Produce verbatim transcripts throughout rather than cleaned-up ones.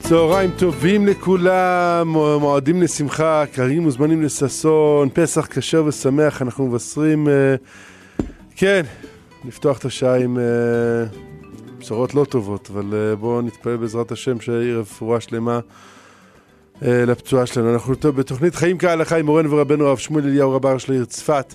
צהריים טובים לכולם, מועדים לשמחה, קרים מוזמנים לששון, פסח כשר ושמח. אנחנו מבשרים, כן, לפתוח את השעה עם בשורות לא טובות, אבל בואו נתפלל בעזרת השם שיהיה רפואה שלמה לפצועה שלנו. אנחנו בתוכנית חיים כהלכה עם מורנו ורבנו הרב שמואל אליהו רב הראשי לעיר צפת.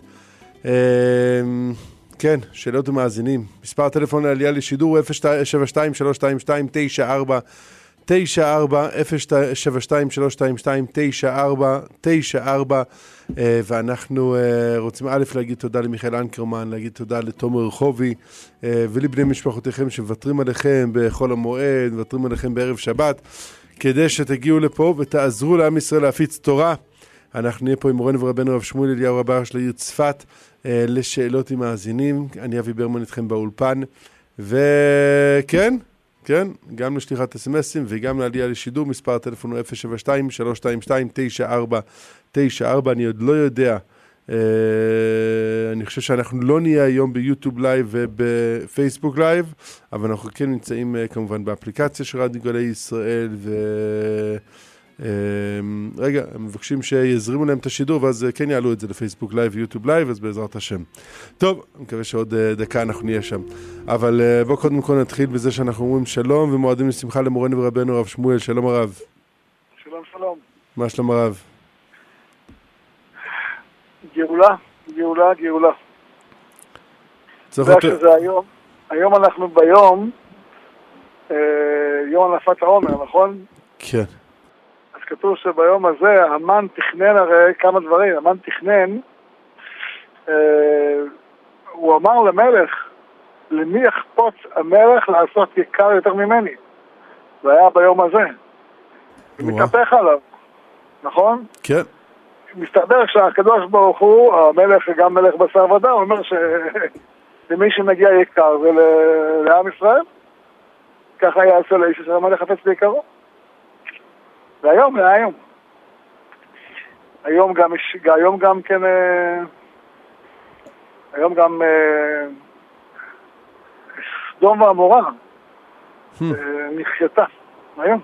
כן, שאלות ומאזינים. מספר הטלפון לעלייה לשידור הוא אפס שבע שתיים שלוש שתיים שתיים תשע ארבע תשע ארבע, אפס שבע שתיים שלוש שתיים שתיים תשע ארבע תשע ארבע. ואנחנו רוצים א' להגיד תודה למיכאל אנקרמן, להגיד תודה לתומר רחובי ולבני משפחותיכם שמוותרים עליכם בחול המועד, מוותרים עליכם בערב שבת, כדי שתגיעו לפה ותעזרו לעם ישראל להפיץ תורה. אנחנו נהיה פה עם מורנו ורבנו הרב שמואל אליהו רב הראשי לעיר צפת לשאלות עם מאזינים. אני אבי ברמן איתכם באולפן, וכן, כן, גם לשליחת אס-אמסים וגם לעלייה לשידור. מספר הטלפון הוא אפס שבע שתיים שלוש שתיים שתיים תשע ארבע תשע ארבע. אני עוד לא יודע, אה, אני חושב שאנחנו לא נהיה היום ביוטיוב לייב ובפייסבוק לייב, אבל אנחנו כן נמצאים אה, כמובן באפליקציה של רדיו גלי ישראל, ו... רגע, הם מבקשים שיזרימו להם את השידור ואז כן יעלו את זה לפייסבוק לייב ויוטיוב לייב, אז בעזרת השם. טוב, אני מקווה שעוד דקה אנחנו נהיה שם, אבל בואו קודם כל נתחיל בזה שאנחנו אומרים שלום ומועדים לשמחה למורנו ורבנו הרב שמואל. שלום הרב. שלום שלום. מה שלום הרב? גאולה, גאולה, גאולה. צריך זה שזה היום, היום אנחנו ביום יום הנפת העומר, נכון? כן. כתוב שביום הזה המן תכנן הרי כמה דברים. המן תכנן, אה, הוא אמר למלך, למי יחפוץ המלך לעשות יקר יותר ממני? זה היה ביום הזה. הוא מתהפך עליו, נכון? כן. מסתבר שהקדוש ברוך הוא, המלך גם מלך בשר ודם, הוא אומר שלמי שמגיע יקר זה לעם ישראל, ככה יעשה לאיש אשר המלך חפץ ביקרו. והיום, היום. היום גם, היום גם כן, היום גם סדום ועמורה נחייתה, היום.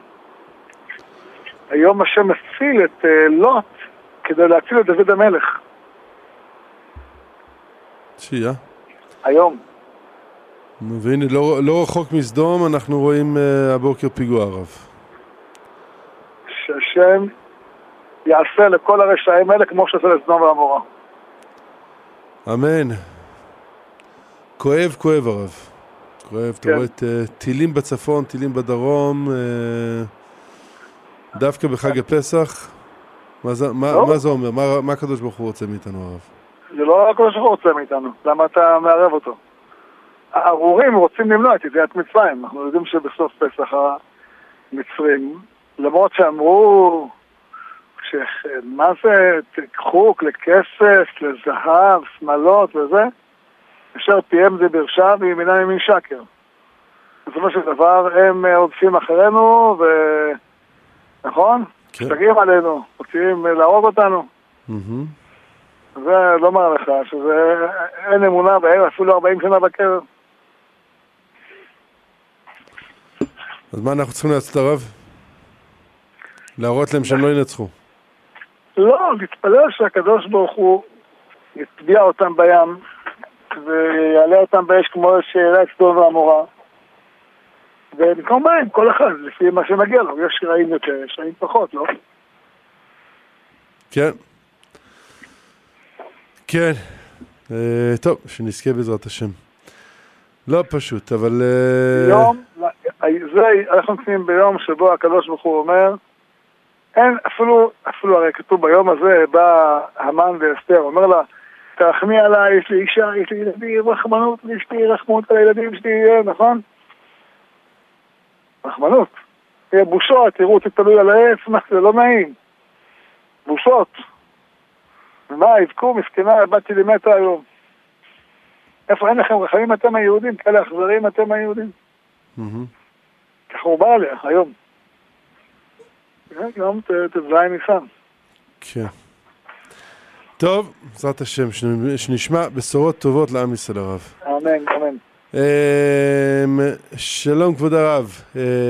היום השם מציל את לוט כדי להציל את דוד המלך. שיהיה. היום. והנה, לא, לא רחוק מסדום, אנחנו רואים uh, הבוקר פיגוע רב. שהשם יעשה לכל הרשעים האלה כמו שעשה לסדום ועמורה. אמן. כואב, כואב הרב. כואב, כן. אתה רואה את uh, טילים בצפון, טילים בדרום, uh, דווקא בחג הפסח. מה זה, מה, מה זה אומר? מה, מה הקדוש ברוך הוא רוצה מאיתנו הרב? זה לא הקדוש ברוך הוא רוצה מאיתנו. למה אתה מערב אותו? הארורים רוצים למנוע את יציאת מצרים. אנחנו יודעים שבסוף פסח המצרים, למרות שאמרו, ש... מה זה, תקחו לכסף, לזהב, שמלות וזה, אשר פיהם זה ברשע וימינם ימין שקר. בסופו של דבר הם עודפים אחרינו, ו... נכון? כן. שתגעים עלינו, רוצים להרוג אותנו. Mm-hmm. זה לא מראה לך, שזה אין אמונה בהם אפילו ארבעים שנה בקרב. אז מה אנחנו צריכים לעשות הרב? להראות להם שהם לא ינצחו. לא, להתפלל שהקדוש ברוך הוא יטביע אותם בים ויעלה אותם באש כמו שאלה את סדום ועמורה, ובמקום בהם כל אחד לפי מה שמגיע לו. יש רעים יותר, יש רעים פחות, לא? כן. כן. אה, טוב, שנזכה בעזרת השם. לא פשוט, אבל... אה... יום, זה, אנחנו נמצאים ביום שבו הקדוש ברוך הוא אומר, אין, אפילו, אפילו הרי כתוב ביום הזה, בא המן ואסתר, אומר לה, תרחמי עליי, יש לי אישה, יש לי ילדים, רחמנות, יש לי רחמות על הילדים שלי, נכון? רחמנות. תהיה בושות, תראו, תתלוי על העץ, זה לא נעים. בושות. ומה, יבכו, מסכנה, באתי לי מתה היום. איפה אין לכם רחמים אתם היהודים, כאלה אכזרים אתם היהודים? ככה הוא בא עליה, היום. יום תזעי ניסן. כן. טוב, בעזרת השם, שנשמע בשורות טובות לעם ישראל הרב. אמן, אמן. שלום כבוד הרב,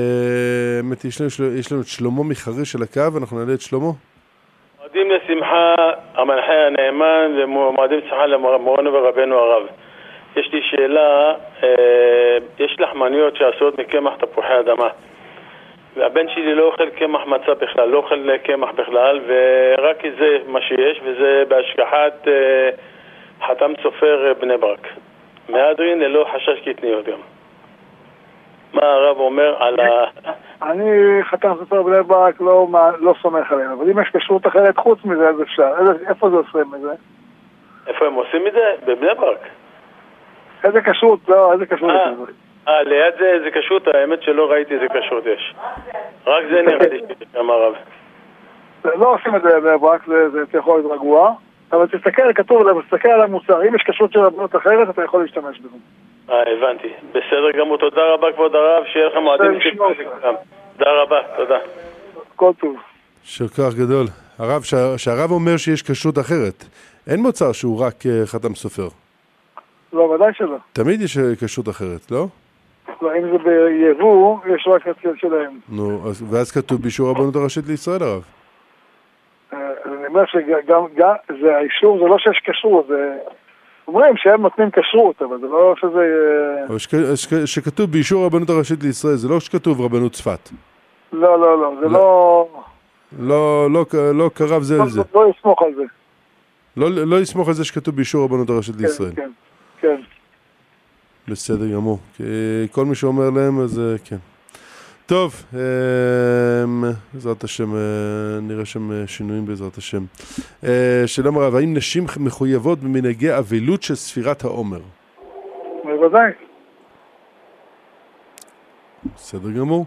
יש לנו את שלמה מחריש על הקו, אנחנו נעלה את שלמה. מועדים לשמחה המנחה הנאמן ומועדים לשמחה למורנו ורבנו הרב. יש לי שאלה, יש לחמניות שעשויות מקמח תפוחי אדמה, והבן שלי לא אוכל קמח מצה בכלל, לא אוכל קמח בכלל, ורק זה מה שיש, וזה בהשגחת חתם סופר בני ברק. מהדרין ללא חשש קטניות גם. מה הרב אומר על ה... אני חתם סופר בני ברק לא סומך עליהם, אבל אם יש כשרות אחרת חוץ מזה, אז אפשר. איפה זה עושים את זה? איפה הם עושים את זה? בבני ברק. איזה כשרות? לא, איזה כשרות יש לזה? אה, ליד זה איזה כשרות, האמת שלא ראיתי איזה כשרות יש. רק זה נראה לי שם הרב. לא עושים את זה בבני ברק, זה יכול להיות רגוע. אבל תסתכל, כתוב עליו, תסתכל על המוצר. אם יש כשרות של רבנות אחרת, אתה יכול להשתמש בזה. אה, הבנתי. בסדר גמור. תודה רבה, כבוד הרב. שיהיה לך מועדים לשמוע. תודה רבה, תודה. כל טוב. שכח גדול. הרב, שהרב אומר שיש כשרות אחרת. אין מוצר שהוא רק חתם סופר. לא, ודאי שלא. תמיד יש כשרות אחרת, לא? לא, אם זה ביבוא, יש רק כשרות שלהם. נו, ואז כתוב באישור הרבנות הראשית לישראל, הרב. אני אומר שגם, זה האישור, זה לא שיש כשרות, זה... אומרים שהם נותנים כשרות, אבל זה לא שזה... אבל שכתוב באישור הרבנות הראשית לישראל, זה לא שכתוב רבנות צפת. לא, לא, לא, זה לא... לא, לא, לא קרב זה על זה. לא יסמוך על זה. לא, לא יסמוך על זה שכתוב באישור הרבנות הראשית לישראל. כן, כן. בסדר גמור. כל מי שאומר להם, אז כן. טוב, בעזרת השם, נראה שם שינויים בעזרת השם. שלום הרב, האם נשים מחויבות במנהגי אבלות של ספירת העומר? בוודאי. בסדר גמור.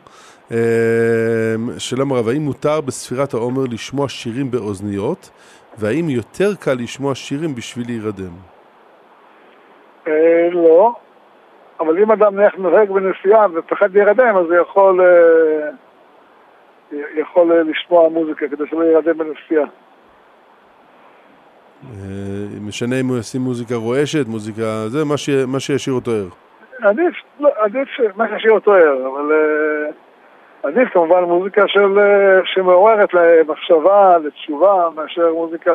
שלום הרב, האם מותר בספירת העומר לשמוע שירים באוזניות, והאם יותר קל לשמוע שירים בשביל להירדם? לא. אבל אם אדם נוהג בנסיעה ופחד להירדם, אז הוא יכול, יכול לשמוע מוזיקה כדי שלא להירדם בנסיעה. משנה אם הוא ישים מוזיקה רועשת, מוזיקה... זה מה, ש... מה שישאיר אותו ער. עדיף, לא, עדיף ש... מה שישאיר אותו ער, אבל עדיף כמובן מוזיקה של... שמעוררת למחשבה, לתשובה, מאשר מוזיקה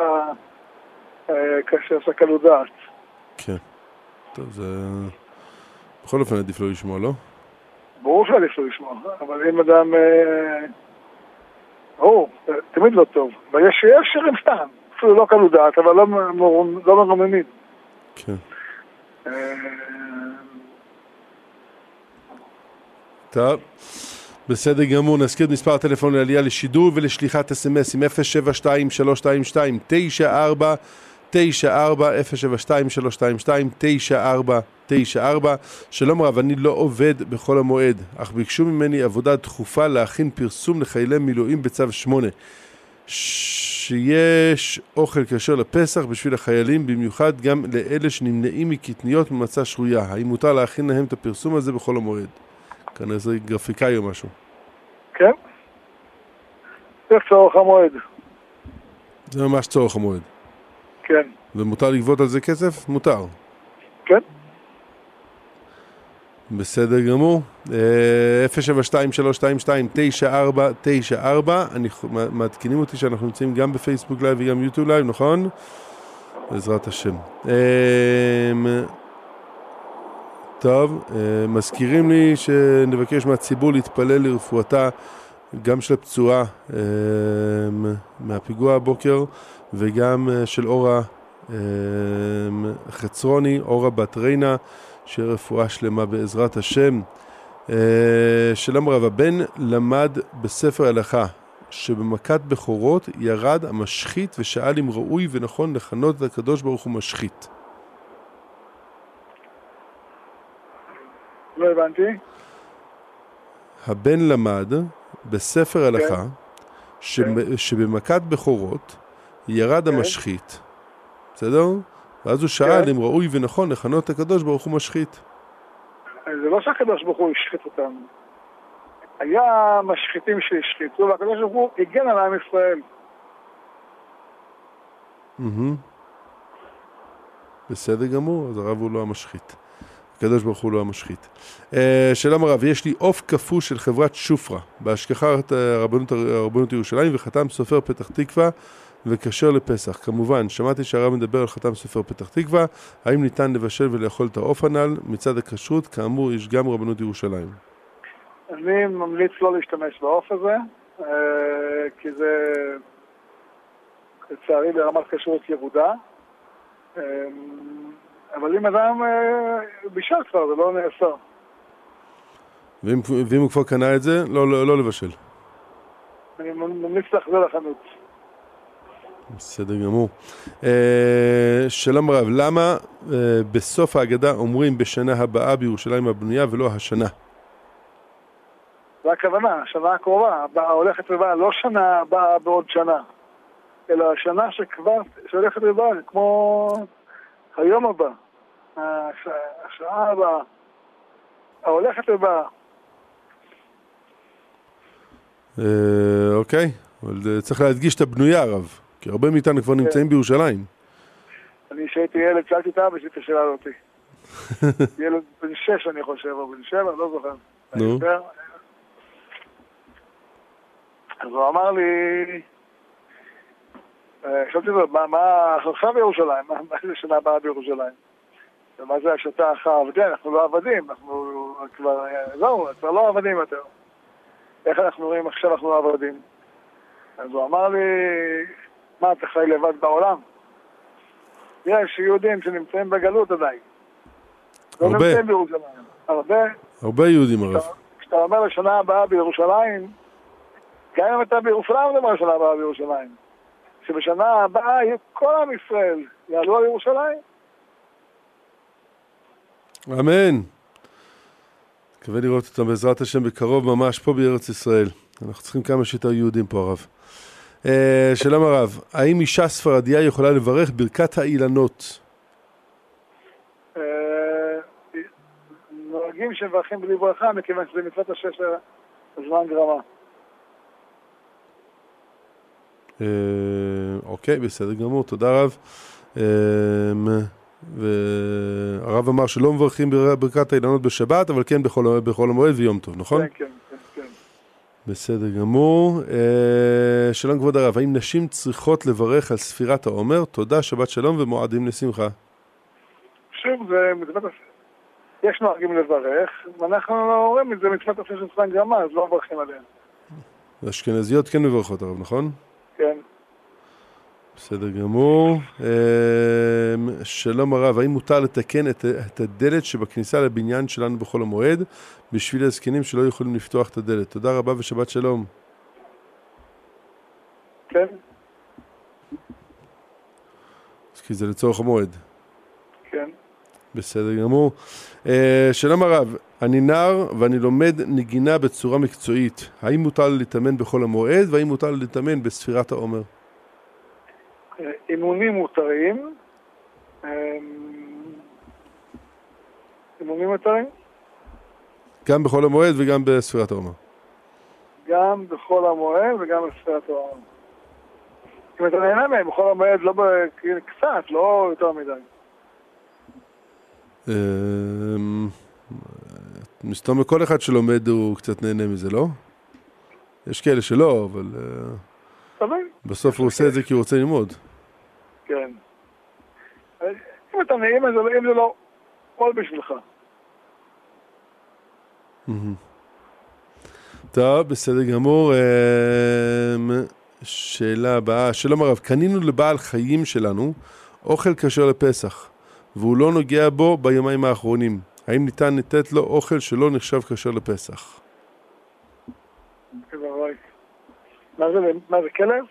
שעושה קלות דעת. כן. טוב, זה... בכל אופן עדיף לא לשמוע, לא? ברור שעדיף לא לשמוע, אבל אם אדם... ברור, תמיד לא טוב. ויש שירים סתם, אפילו לא קלות דעת, אבל לא מרוממים. כן. טוב, בסדר גמור, נזכיר את מספר הטלפון לעלייה לשידור ולשליחת אס-אם-אס עם אפס שבע שתיים שלוש שתיים שתיים תשע ארבע תשע ארבע אפס שבע שתיים שלוש שתיים שתיים תשע ארבע תשע ארבע. שלום רב, אני לא עובד בכל המועד, אך ביקשו ממני עבודה דחופה להכין פרסום לחיילי מילואים בצו שמונה, שיש אוכל כשר לפסח בשביל החיילים, במיוחד גם לאלה שנמנעים מקטניות ממצה שרויה. האם מותר להכין להם את הפרסום הזה בכל המועד? כנראה זה גרפיקאי או משהו. כן. זה צורך המועד. זה ממש צורך המועד. כן. ומותר לגבות על זה כסף? מותר. כן. בסדר גמור. אפס שבע שתיים שלוש שתיים שתיים תשע ארבע תשע ארבע. אני מעדכנים אותי שאנחנו נמצאים גם בפייסבוק לייב וגם יוטיוב לייב, נכון? בעזרת השם. טוב, מזכירים לי שנבקש מהציבור להתפלל לרפואתה גם של הפצועה מהפיגוע הבוקר וגם של אורה חצרוני, אורה בת רינה, שרפואה שלמה בעזרת השם. שלום רב, הבן למד בספר הלכה שבמכת בכורות ירד המשחית ושאל אם ראוי ונכון לכנות את הקדוש ברוך הוא משחית. לא הבנתי. הבן למד בספר הלכה שבמכת בכורות ירד המשחית, בסדר? ואז הוא שאל אם ראוי ונכון לכנות את הקדוש ברוך הוא משחית. זה לא שהקדוש ברוך הוא השחית אותם. היה משחיתים שהשחיתו, והקדוש ברוך הוא הגן על עם ישראל. בסדר גמור, אז הרב הוא לא המשחית. הקדוש ברוך הוא לא המשחית. שלום הרב, יש לי עוף קפוא של חברת שופרה, בהשגחת הרבנות, הרבנות ירושלים, וחתם סופר פתח תקווה וכשר לפסח. כמובן, שמעתי שהרב מדבר על חתם סופר פתח תקווה, האם ניתן לבשל ולאכול את העוף הנ"ל מצד הכשרות? כאמור, יש גם רבנות ירושלים. אני ממליץ לא להשתמש בעוף הזה, כי זה לצערי ברמת כשרות ירודה. אבל אם אדם בישל כבר, זה לא נאסר. ואם, ואם הוא כבר קנה את זה, לא, לא, לא לבשל. אני ממליץ להחזיר לחנות. בסדר גמור. אה, שלום רב, למה אה, בסוף ההגדה אומרים בשנה הבאה בירושלים הבנויה ולא השנה? זה הכוונה, השנה הקרובה, הולכת ובאה, לא שנה הבאה בעוד שנה, אלא השנה שכבר, שהולכת ובאה, כמו היום הבא, הש... השעה הבאה, ההולכת ובאה. אה, אוקיי, אבל צריך להדגיש את הבנויה רב. כי הרבה מאיתנו כבר נמצאים בירושלים. אני שהייתי ילד, שאלתי את אבא שלי את השאלה אותי. ילד בן שש אני חושב, או בן שבע, לא זוכר. נו. אז הוא אמר לי, חשבתי לו, מה עכשיו בירושלים? מה זה שנה הבאה בירושלים? ומה זה השתה אחר עבדי? אנחנו לא עבדים, אנחנו כבר, זהו, כבר לא עבדים יותר. איך אנחנו רואים עכשיו אנחנו לא עבדים? אז הוא אמר לי, מה, אתה חי לבד בעולם? יש יהודים שנמצאים בגלות עדיין. הרבה. לא נמצאים בירושלים. הרבה. הרבה יהודים הרב. כשאתה אומר לשנה הבאה בירושלים, גם אם אתה בירושלים, אתה אומר לשנה הבאה בירושלים. שבשנה הבאה יהיו כל עם ישראל יעלו על ירושלים. אמן. מקווה לראות אותם בעזרת השם בקרוב ממש פה בארץ ישראל. אנחנו צריכים כמה שיותר יהודים פה הרב. Uh, שלום הרב, האם אישה ספרדיה יכולה לברך ברכת האילנות? Uh, נוהגים שמברכים בלי ברכה, מכיוון שזה מצוות השש הזמן גרמה. Uh, אוקיי, בסדר גמור, תודה רב. Uh, והרב אמר שלא מברכים ברכת האילנות בשבת, אבל כן בכל, בכל המועד ויום טוב, נכון? כן, כן, כן. כן. בסדר גמור. אה, שלום כבוד הרב, האם נשים צריכות לברך על ספירת העומר? תודה, שבת שלום ומועדים לשמחה. שוב, זה מצוות השש. יש נוהגים לברך, ואנחנו אומרים את זה מצוות השש הזמן גרמה, אז לא מברכים עליהן. אשכנזיות כן מברכות הרב, נכון? כן. בסדר גמור. אה, שלום הרב, האם מותר לתקן את, את הדלת שבכניסה לבניין שלנו בכל המועד, בשביל הזקנים שלא יכולים לפתוח את הדלת? תודה רבה ושבת שלום. כן. כי זה לצורך המועד. כן. בסדר גמור. אה, שלום הרב, אני נער ואני לומד נגינה בצורה מקצועית. האם מותר להתאמן בכל המועד, והאם מותר להתאמן בספירת העומר? אימונים מותרים. אימונים מותרים? גם בכל המועד וגם בספירת העומר. גם בכל המועד וגם בספירת העומר. אם אתה נהנה מהם, בכל המועד לא קצת, לא יותר מדי. מסתום לכל אחד שלומד הוא קצת נהנה מזה, לא? יש כאלה שלא, אבל בסוף הוא עושה את זה כי הוא רוצה ללמוד. כן. אם אתה נהנה, אם זה לא עול בשבילך. טוב, בסדר גמור. שאלה הבאה. שלום הרב, קנינו לבעל חיים שלנו אוכל כשר לפסח, והוא לא נוגע בו ביומיים האחרונים. האם ניתן לתת לו אוכל שלא נחשב כשר לפסח? מה זה, מה זה כלב?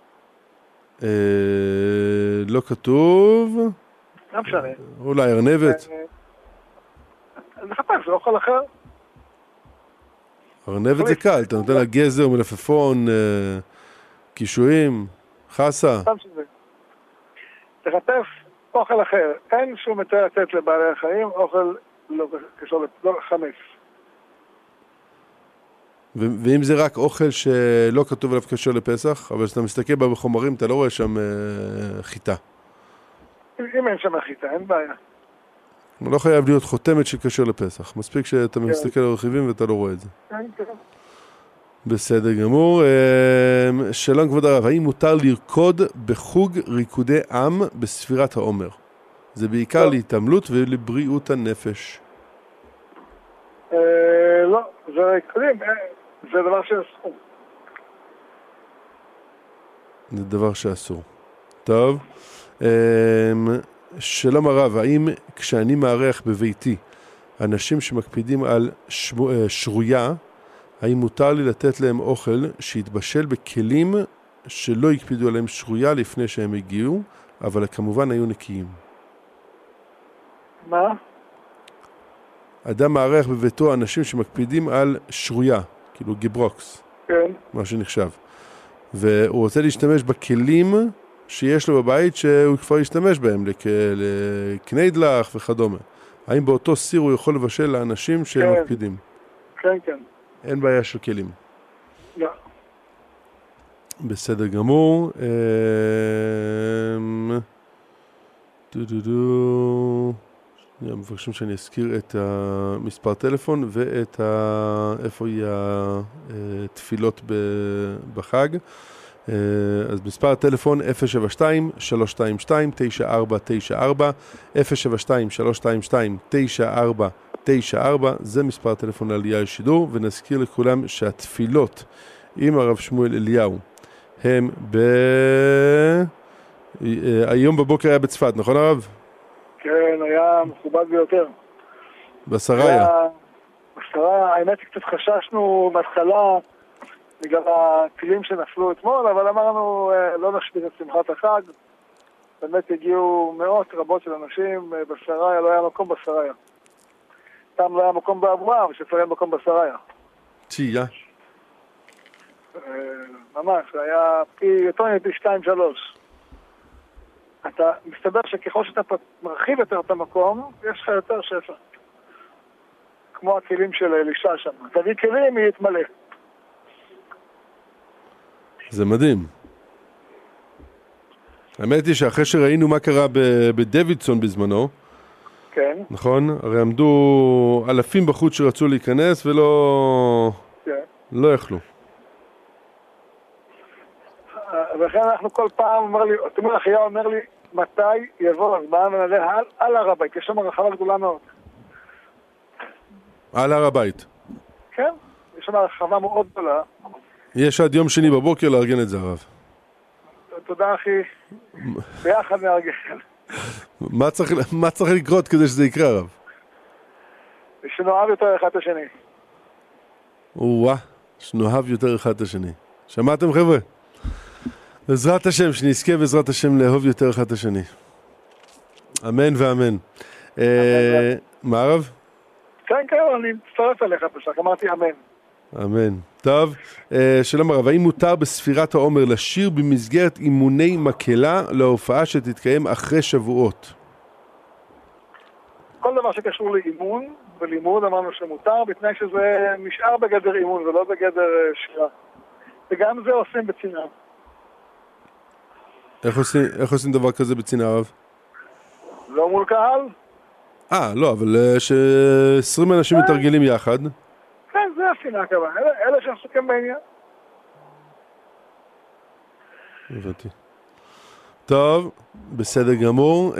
לא כתוב. לא משנה. אולי ארנבת. לחפש, זה אוכל אחר. ארנבת זה קל, אתה נותן לה גזר, מלפפון, קישואים, חסה. תחפש אוכל אחר. אין שום יותר לתת לבעלי החיים אוכל לא קשור, לא חמץ. ואם זה רק אוכל שלא כתוב עליו כשר לפסח, אבל כשאתה מסתכל בחומרים אתה לא רואה שם חיטה. אם אין שם חיטה, אין בעיה. לא חייב להיות חותמת שקשר לפסח. מספיק שאתה מסתכל על רכיבים ואתה לא רואה את זה. כן, כן. בסדר גמור. שלום כבוד הרב, האם מותר לרקוד בחוג ריקודי עם בספירת העומר? זה בעיקר להתעמלות ולבריאות הנפש. לא, זה ריקודים, זה דבר שאסור. זה דבר שאסור. טוב. שלום הרב, האם כשאני מארח בביתי אנשים שמקפידים על שרויה, האם מותר לי לתת להם אוכל שיתבשל בכלים שלא יקפידו עליהם שרויה לפני שהם הגיעו, אבל כמובן היו נקיים? מה? אדם מארח בביתו אנשים שמקפידים על שרויה, כאילו גיברוקס, כן. מה שנחשב. והוא רוצה להשתמש בכלים שיש לו בבית שהוא כבר ישתמש בהם, לקניידלח וכדומה. האם באותו סיר הוא יכול לבשל לאנשים שהם כן. מקפידים? כן, כן. אין בעיה של כלים. לא. בסדר גמור. דו דו דו. מבקשים שאני אזכיר את המספר טלפון ואת ה... איפה יהיה התפילות בחג. אז מספר הטלפון אפס שבע שתיים שלוש שתיים שתיים תשע ארבע תשע ארבע, אפס שבע שתיים שלוש שתיים שתיים תשע ארבע תשע ארבע, זה מספר הטלפון לעלייה לשידור. ונזכיר לכולם שהתפילות עם הרב שמואל אליהו הם ב... היום בבוקר היה בצפת, נכון הרב? כן, היה מכובד ביותר. בשריה. בשריה, האמת שקצת חששנו בהתחלה בגלל הטילים שנפלו אתמול, אבל אמרנו לא נשביר את שמחת החג. באמת הגיעו מאות רבות של אנשים בשריה, לא היה מקום בשריה. tam לא היה מקום באברהם, שפה היה מקום בשריה. תהיה. ממש, היה פי יותר מפי שתיים שלוש. אתה מסתבר שככל שאתה מרחיב יותר את המקום, יש לך יותר שפע. כמו הכלים של אלישע שם. תביא כלים, היא יתמלא. זה מדהים. האמת היא שאחרי שראינו מה קרה בדוידסון בזמנו, כן. נכון? הרי עמדו אלפים בחוץ שרצו להיכנס ולא כן. לא יכלו. ולכן אנחנו כל פעם, אומר לי, תמיר אחיה אומר לי, מתי יבוא הזמן ונעלה על, על הר הבית? יש שם רחבה גדולה מאוד. על הר הבית. כן, יש שם רחבה מאוד גדולה. יש עד יום שני בבוקר לארגן את זה הרב. תודה אחי, ביחד נארגן. מה צריך, מה צריך לקרות כדי שזה יקרה הרב? שנאהב יותר אחד את השני. וואה, שנאהב יותר אחד את השני. שמעתם חבר'ה? בעזרת השם, שנזכה בעזרת השם לאהוב יותר אחד את השני. אמן ואמן. מה הרב? כן, כן, אני מצטרף אליך פשוט, אמרתי אמן. אמן. טוב, שלום הרב, האם מותר בספירת העומר לשיר במסגרת אימוני מקהלה להופעה שתתקיים אחרי שבועות? כל דבר שקשור לאימון ולימוד אמרנו שמותר, בתנאי שזה נשאר בגדר אימון ולא בגדר שירה. וגם זה עושים בצנעה. איך עושים, איך עושים דבר כזה בצנעה הרב? לא מול קהל. אה, לא, אבל ש-עשרים אנשים מתרגלים יחד. כן, זה השנאה כמובן. אלה, אלה שעסוקים בעניין. הבנתי. טוב, בסדר גמור.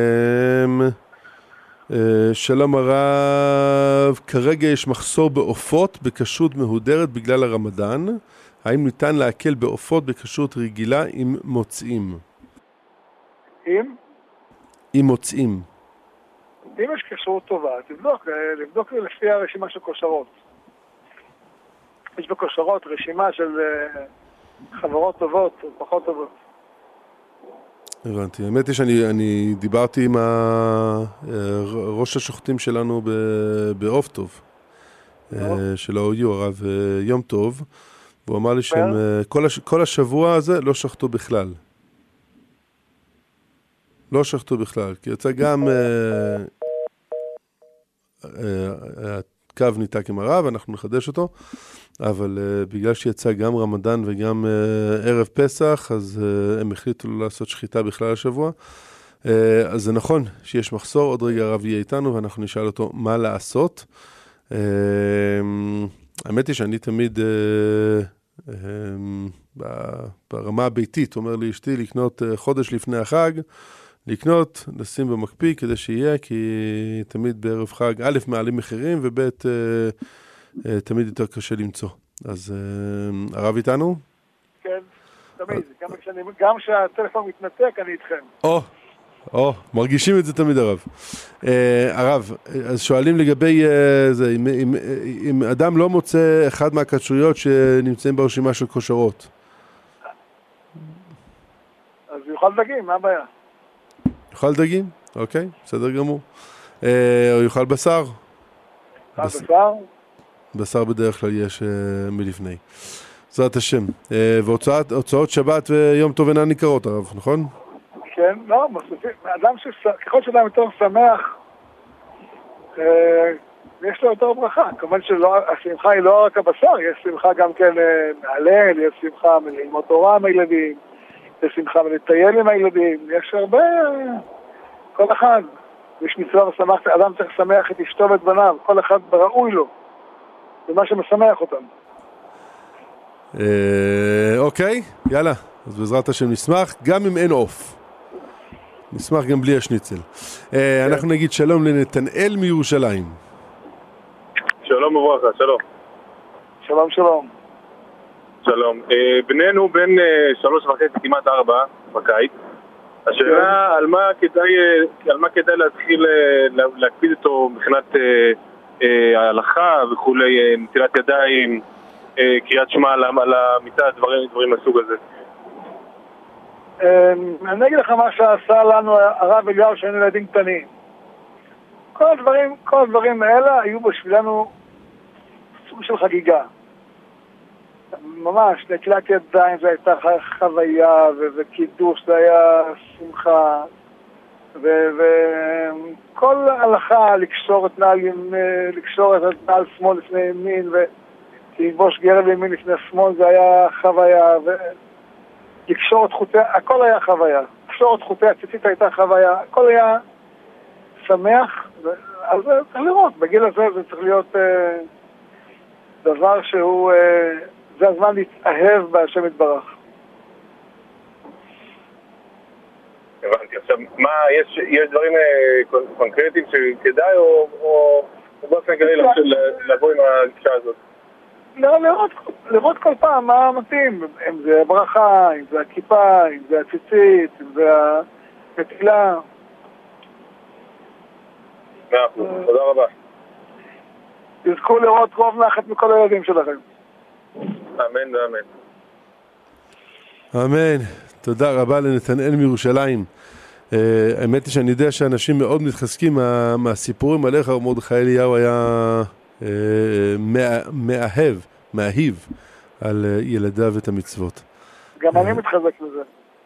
שלום הרב, כרגע יש מחסור בעופות בכשרות מהודרת בגלל הרמדאן. האם ניתן להקל בעופות בכשרות רגילה עם מוצאים? עם? עם מוצאים. אם יש כשרות טובה, תבדוק, לבדוק לפי הרשימה של כושרות. יש בכושרות רשימה של חברות טובות או פחות טובות. הבנתי. האמת היא שאני אני דיברתי עם ראש השוחטים שלנו בעוף טוב, של ה-או יו, הרב יום טוב, והוא אמר לי שהם כל, הש, כל השבוע הזה לא שחטו בכלל. לא שחטו בכלל, כי יצא גם הקו ניתק עם הרב, אנחנו נחדש אותו, אבל uh, בגלל שיצא גם רמדאן וגם uh, ערב פסח, אז uh, הם החליטו לא לעשות שחיטה בכלל השבוע, אז זה נכון שיש מחסור, עוד רגע הרב יהיה איתנו ואנחנו נשאל אותו מה לעשות. האמת היא שאני תמיד ברמה הביתית אומר לי אשתי לקנות חודש לפני החג, לקנות, לשים במקפיא כדי שיהיה, כי תמיד בערב חג א' מעלים מחירים וב' תמיד יותר קשה למצוא. אז הרב איתנו? כן, תמיד. גם כשהטלפון מתנתק, אני איתכם. או, או, מרגישים את זה תמיד הרב. הרב, אז שואלים לגבי זה, אם אדם לא מוצא אחד מהכשרויות שנמצאים ברשימה של כושרות. אז יאכל דגים, מה הבעיה? יאכל דגים? אוקיי, בסדר גמור. או יאכל בשר? יאכל בשר? בשר בדרך כלל יש מלפני. בעזרת השם. והוצאות שבת ויום טוב אינן ניכרות, הרב, נכון? כן, לא, מוסיפים. אדם ככל שאדם יותר שמח, יש לו יותר ברכה. כמובן שהשמחה היא לא רק הבשר, יש שמחה גם כן מהלל, יש שמחה מללמוד תורה עם הילדים, יש שמחה מלטייל עם הילדים, יש הרבה, כל אחד. יש מצווה ושמח, אדם צריך לשמח את אשתו ואת בניו, כל אחד ראוי לו. זה מה שמשמח אותם. אוקיי, יאללה. אז בעזרת השם נשמח, גם אם אין עוף. נשמח גם בלי השניצל. אנחנו נגיד שלום לנתנאל מירושלים. שלום וברכה, שלום. שלום, שלום. שלום. בנינו בן שלוש וחצי, כמעט ארבע, בקיץ. השאלה על מה כדאי, על מה כדאי להתחיל להקפיד אותו מבחינת ההלכה וכולי, נטילת ידיים, קריאת שמע על המיטה, דברים, דברים מהסוג הזה. אני אגיד לך מה שעשה לנו הרב אליהו שהיינו ילדים קטנים. כל הדברים, כל הדברים האלה היו בשבילנו סוג של חגיגה. ממש, נטילת ידיים זה הייתה חוויה, וקידוש זה היה שמחה, וכל הלכה לקשור את נעל, לקשור את נעל שמאל לפני ימין, ולבוש גרב לימין לפני שמאל זה היה חוויה, לקשור את חוטי, הכל היה חוויה. לקשור את חוטי הציצית הייתה חוויה, הכל היה שמח, אז צריך לראות, בגיל הזה זה צריך להיות אה, דבר שהוא, אה, זה הזמן להתאהב בהשם יתברך. הבנתי. עכשיו, מה, יש, יש דברים אה, קונקרטיים שכדאי או, או, או באופן כדאי לבוא עם הגישה הזאת? לא, לראות, לראות כל פעם מה מתאים, אם זה ברכה, אם זה הכיפה, אם זה הציצית, אם זה הנטילה. מאה אחוז, תודה רבה. תזכו לראות רוב נחת מכל הילדים שלכם. אמן ואמן. אמן. תודה רבה לנתנאל מירושלים. האמת היא שאני יודע שאנשים מאוד מתחזקים מהסיפורים עליך, מרדכי אליהו היה מאהב, מאהיב על ילדיו את המצוות. גם אני מתחזק לזה.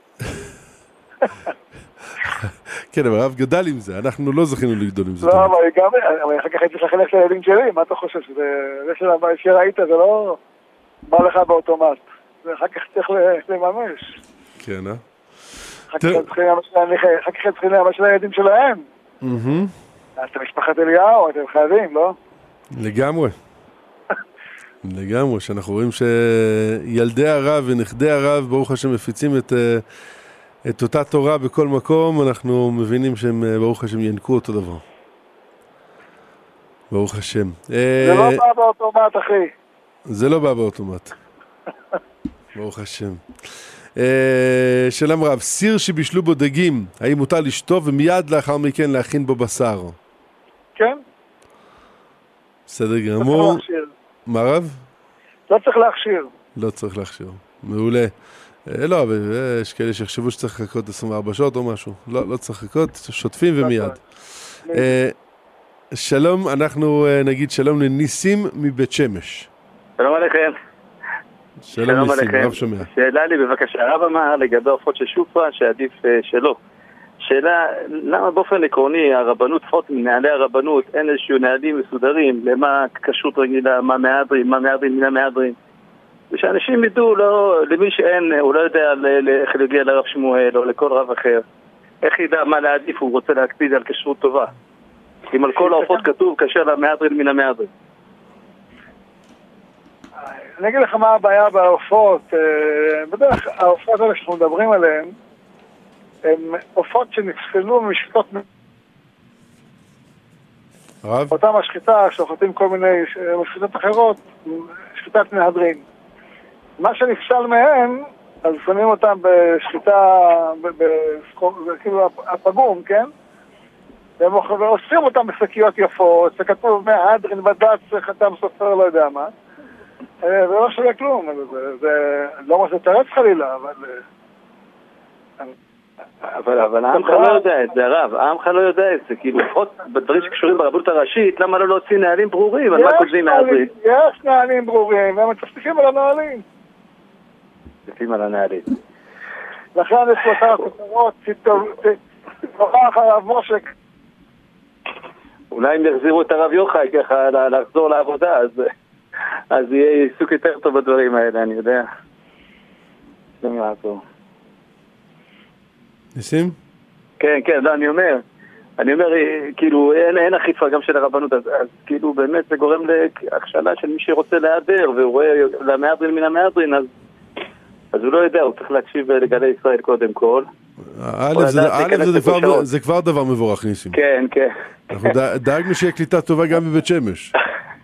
כן, אבל הרב גדל עם זה, אנחנו לא זכינו לגדול עם זה. לא, אבל גם, אחר כך הייתי לחנך לילדים שלי, מה אתה חושב? זה שראית, זה לא בא לך באוטומט. אחר כך צריך לממש. כן, אה? אחר כך צריכים לממש לילדים שלהם. אתם משפחת אליהו, אתם חייבים, לא? לגמרי. לגמרי, שאנחנו רואים שילדי הרב ונכדי הרב, ברוך השם, מפיצים את, את אותה תורה בכל מקום, אנחנו מבינים שהם, ברוך השם, ינקו אותו דבר. ברוך השם. זה לא בא באוטומט, אחי. זה לא בא באוטומט. ברוך השם. שלום רב, סיר שבישלו בו דגים, האם מותר לשטוף ומיד לאחר מכן להכין בו בשר? כן. בסדר גמור. מה רב? לא צריך להכשיר. לא צריך להכשיר. מעולה. לא, אבל יש כאלה שיחשבו שצריך לחכות עשרים וארבע שעות או משהו. לא, לא צריך לחכות, שוטפים ומיד. שלום, אנחנו נגיד שלום לניסים מבית שמש. שלום עליכם. שלום ניסים, רב שומע. שאלה לי בבקשה, רב אמר לגבי עופות של שופרה שעדיף שלא. שאלה, למה באופן עקרוני הרבנות, לפחות מנהלי הרבנות, אין איזשהו נהלים מסודרים למה כשרות רגילה, מה מהדרים, מה מהדרים, מן המהדרים. ושאנשים ידעו, לא, למי שאין, הוא לא יודע איך להגיע לרב שמואל או לכל רב אחר. איך ידע מה להעדיף? הוא רוצה להקפיד על כשרות טובה. אם על כל העופות כתוב כשר למהדרין מן המהדרין. אני אגיד לך מה הבעיה בעופות. בדרך העופות האלה שאנחנו מדברים עליהן הן עופות שנפסלו משחיטות, הרב? אותם השחיטה שוחטים כל מיני משחיטות אחרות, שחיטת מהדרין. מה שנפסל מהם, אז שמים אותם בשחיטה, כאילו הפגום, כן? והם עושים אותם בשקיות יפות, שכתוב מהדרין בד"ץ, חתם סופר, לא יודע מה. ולא שווה כלום, זה לא מה שתרץ חלילה, אבל... אבל, אבל העמך לא יודע את זה, הרב, העמך לא יודע את זה, כאילו לפחות בדברים שקשורים ברבנות הראשית, למה לא להוציא נהלים ברורים, על מה כותבים מהדרין? יש נהלים ברורים, והם מצפצפים על הנהלים. מצפצפים על הנהלים. לכן יש לו כמה כותרות, תתברך הרב מושק. אולי אם יחזירו את הרב יוחאי ככה לחזור לעבודה, אז, אז יהיה עיסוק יותר טוב בדברים האלה, אני יודע. זה מעטו. ניסים? כן, כן, לא, אני אומר, אני אומר, כאילו, אין, אין אכיפה גם של הרבנות, אז, אז כאילו, באמת זה גורם להכשלה של מי שרוצה להיעדר, והוא רואה למהדרין מן המהדרין, אז, אז הוא לא יודע, הוא צריך להקשיב לגלי ישראל קודם כל. א', זה כבר דבר מבורך, ניסים. כן, כן. אנחנו דאגנו שיהיה קליטה טובה גם בבית שמש.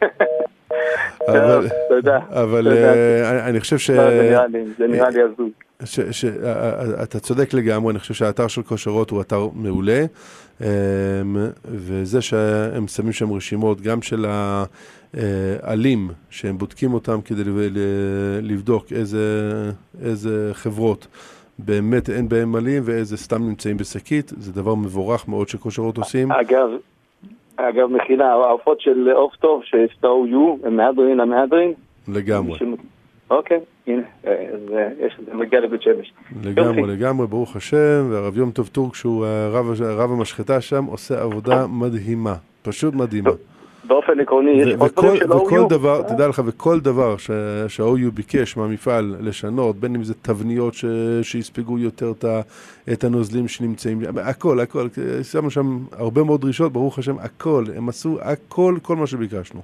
תודה. אבל אני חושב ש... זה נראה לי הזוי. אתה צודק לגמרי, אני חושב שהאתר של כושרות הוא אתר מעולה, וזה שהם שמים שם רשימות גם של העלים, שהם בודקים אותם כדי לבדוק איזה חברות באמת אין בהם עלים ואיזה סתם נמצאים בשקית, זה דבר מבורך מאוד שכושרות עושים. אגב, אגב, מחילה, העופות של עוף טוב שיש את ה-או יו, הם מהדרין למהדרין? לגמרי. אוקיי, הנה, זה מגיע לבית שמש. לגמרי, לגמרי, ברוך השם, והרב יום טוב טורק, שהוא הרב המשחטה שם, עושה עבודה מדהימה, פשוט מדהימה. באופן עקרוני, יש עוד דברים של ה-או יו. תדע לך, וכל דבר שה-או יו ביקש מהמפעל לשנות, בין אם זה תבניות שיספגו יותר את הנוזלים שנמצאים, הכל, הכל, שמו שם הרבה מאוד דרישות, ברוך השם, הכל, הם עשו הכל, כל מה שביקשנו.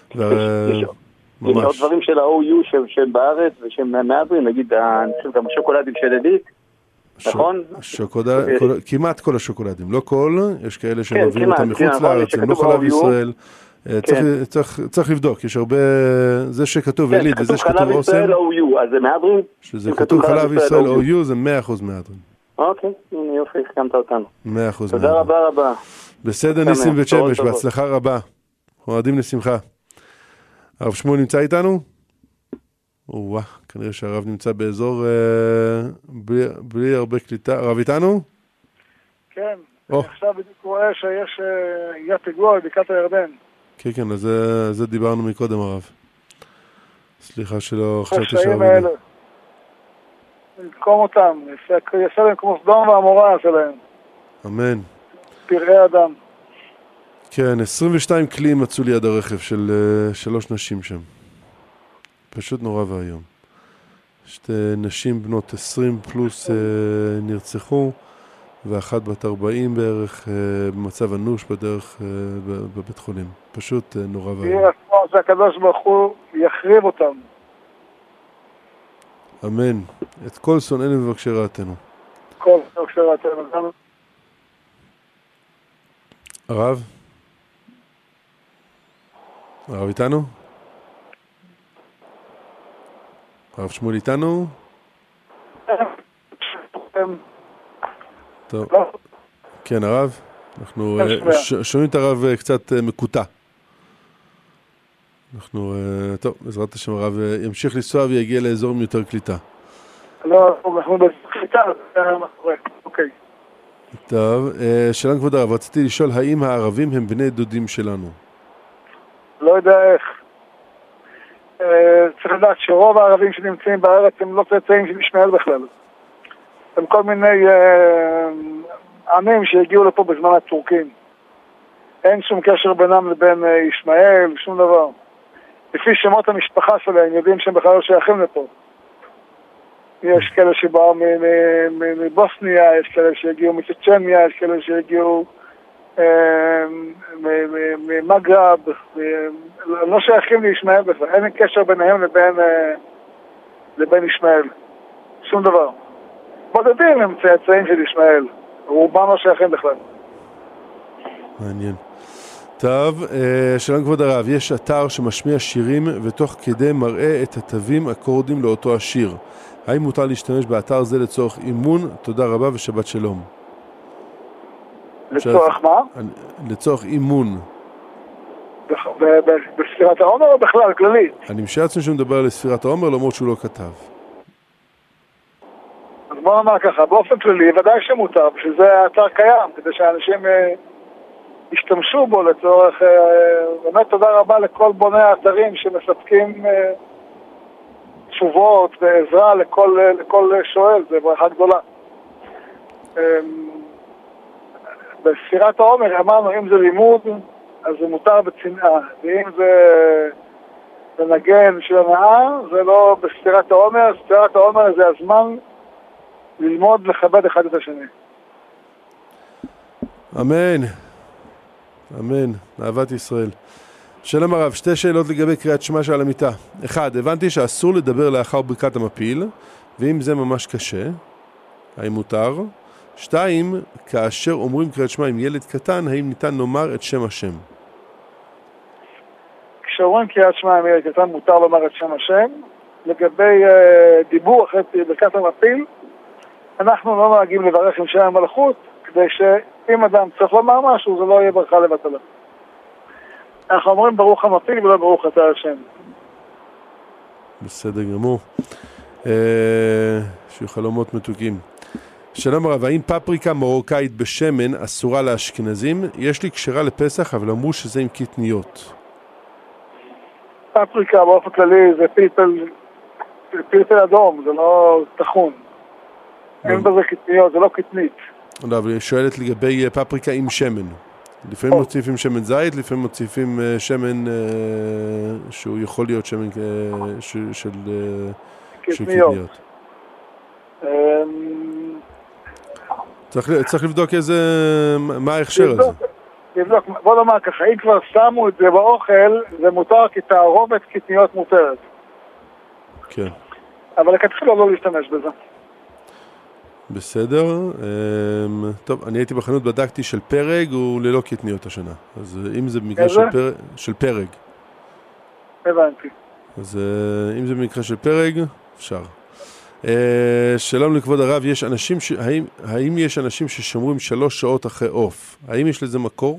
יש עוד דברים של ה-או יו שהם בארץ ושהם מהדרין, נגיד, אני חושב גם השוקולדים של עילית, נכון? כמעט כל השוקולדים, לא כל, יש כאלה שמביאים אותם מחוץ לארץ, הם לא חלב ישראל, צריך לבדוק, יש הרבה, זה שכתוב עילית וזה שכתוב אוסם, חלב ישראל או יו, אז זה מהדרין? שזה כתוב חלב ישראל או יו, זה מאה אחוז מהדרין. אוקיי, הנה יופי, החכמת אותנו. מאה אחוז מהדרין. תודה רבה רבה. בסדר, ניסים בית שמש, בהצלחה רבה. אוהדים לשמחה. הרב שמואל נמצא איתנו? וואה, כנראה שהרב נמצא באזור בלי הרבה קליטה. הרב איתנו? כן, עכשיו בדיוק רואה שיש יהיה פיגוע בבקעת הירדן. כן, כן, אז זה דיברנו מקודם הרב. סליחה שלא חשבתי שהרב האלה. נקום אותם, יעשה להם כמו סדום והמורה שלהם. אמן. פראי אדם. כן, עשרים ושתיים כלים מצאו ליד הרכב של שלוש נשים שם. פשוט נורא והיום. שתי נשים בנות עשרים פלוס נרצחו, ואחת בת ארבעים בערך במצב אנוש בדרך בבית חולים. פשוט נורא והיום. יהיה עצמו שהקדוש ברוך הוא יחריב אותם. אמן. את כל שונאינו ומבקשי רעתנו. כל מבקשי רעתנו. הרב? הרב איתנו? הרב שמואל איתנו? טוב. כן, הרב? אנחנו שומעים את הרב קצת מקוטע. אנחנו, טוב, בעזרת השם הרב ימשיך לנסוע ויגיע לאזור עם יותר קליטה. לא, אנחנו בקליטה, זה מה קורה, אוקיי. טוב, שלום כבוד הרב, רציתי לשאול האם הערבים הם בני דודים שלנו? לא יודע איך. צריך לדעת שרוב הערבים שנמצאים בארץ הם לא צאצאים של ישמעאל בכלל. הם כל מיני עמים שהגיעו לפה בזמן הטורקים. אין שום קשר בינם לבין ישמעאל, שום דבר. לפי שמות המשפחה שלהם יודעים שהם בכלל לא שייכים לפה. יש כאלה שבאו מבוסניה, יש כאלה שהגיעו מצ'צ'ניה, יש כאלה שהגיעו ממגרב, לא שייכים לישמעאל בכלל, אין קשר ביניהם לבין, לבין ישמעאל, שום דבר. בודדים הם צאצאים של ישמעאל, רובם לא שייכים בכלל. מעניין. טוב, שלום כבוד הרב, יש אתר שמשמיע שירים ותוך כדי מראה את התווים אקורדים לאותו השיר. האם מותר להשתמש באתר זה לצורך אימון? תודה רבה ושבת שלום. לצורך מה? לצורך אימון. בספירת העומר או בכלל, כללי? אני משער עצמי שמדבר על ספירת העומר למרות שהוא לא כתב. אז בוא נאמר ככה, באופן כללי ודאי שמותר, בשביל זה האתר קיים, כדי שאנשים ישתמשו בו לצורך, באמת תודה רבה לכל בוני האתרים שמספקים תשובות ועזרה לכל, לכל שואל, זה ברכה גדולה. בספירת העומר אמרנו, אם זה לימוד, אז זה מותר בצנעה, ואם זה לנגן של הנאה, זה לא בספירת העומר. ספירת העומר זה הזמן ללמוד לכבד אחד את השני. אמן. אמן. אהבת ישראל. שלום הרב, שתי שאלות לגבי קריאת שמע שעל המיטה. אחד, הבנתי שאסור לדבר לאחר ברכת המפיל, ואם זה ממש קשה, האם מותר? שתיים, כאשר אומרים קריאת שמע עם ילד קטן, האם ניתן לומר את שם השם? כשאומרים קריאת שמע עם ילד קטן, מותר לומר את שם השם. לגבי uh, דיבור אחרי ברכת המפיל, אנחנו לא נוהגים לברך עם שם המלכות, כדי שאם אדם צריך לומר משהו, זה לא יהיה ברכה לבטלה. אנחנו אומרים ברוך המפיל ולא ברוך אתה השם. בסדר גמור. שיהיו חלומות מתוקים. שלום הרב, האם פפריקה מרוקאית בשמן אסורה לאשכנזים? יש לי כשרה לפסח, אבל אמרו שזה עם קטניות. פפריקה באופן כללי זה פלפל, פלפל אדום, זה לא תחון. אין בזה קטניות, זה לא קטנית. לא, אבל היא שואלת לגבי פפריקה עם שמן. לפעמים מוסיפים שמן זית, לפעמים מוסיפים שמן שהוא יכול להיות שמן של קטניות. צריך לבדוק איזה, מה ההכשר הזה. לבדוק, בוא נאמר ככה, אם כבר שמו את זה באוכל, זה מותר כי תערובת קטניות מותרת. כן. אבל לכתחילה לא להשתמש בזה. בסדר. טוב, אני הייתי בחנות, בדקתי של פרג, הוא ללא קטניות השנה. אז אם זה במקרה של פרג, של פרג. הבנתי. אז אם זה במקרה של פרג, אפשר. שלום לכבוד הרב, יש אנשים ש... האם, האם יש אנשים ששומרים שלוש שעות אחרי אוף? האם יש לזה מקור?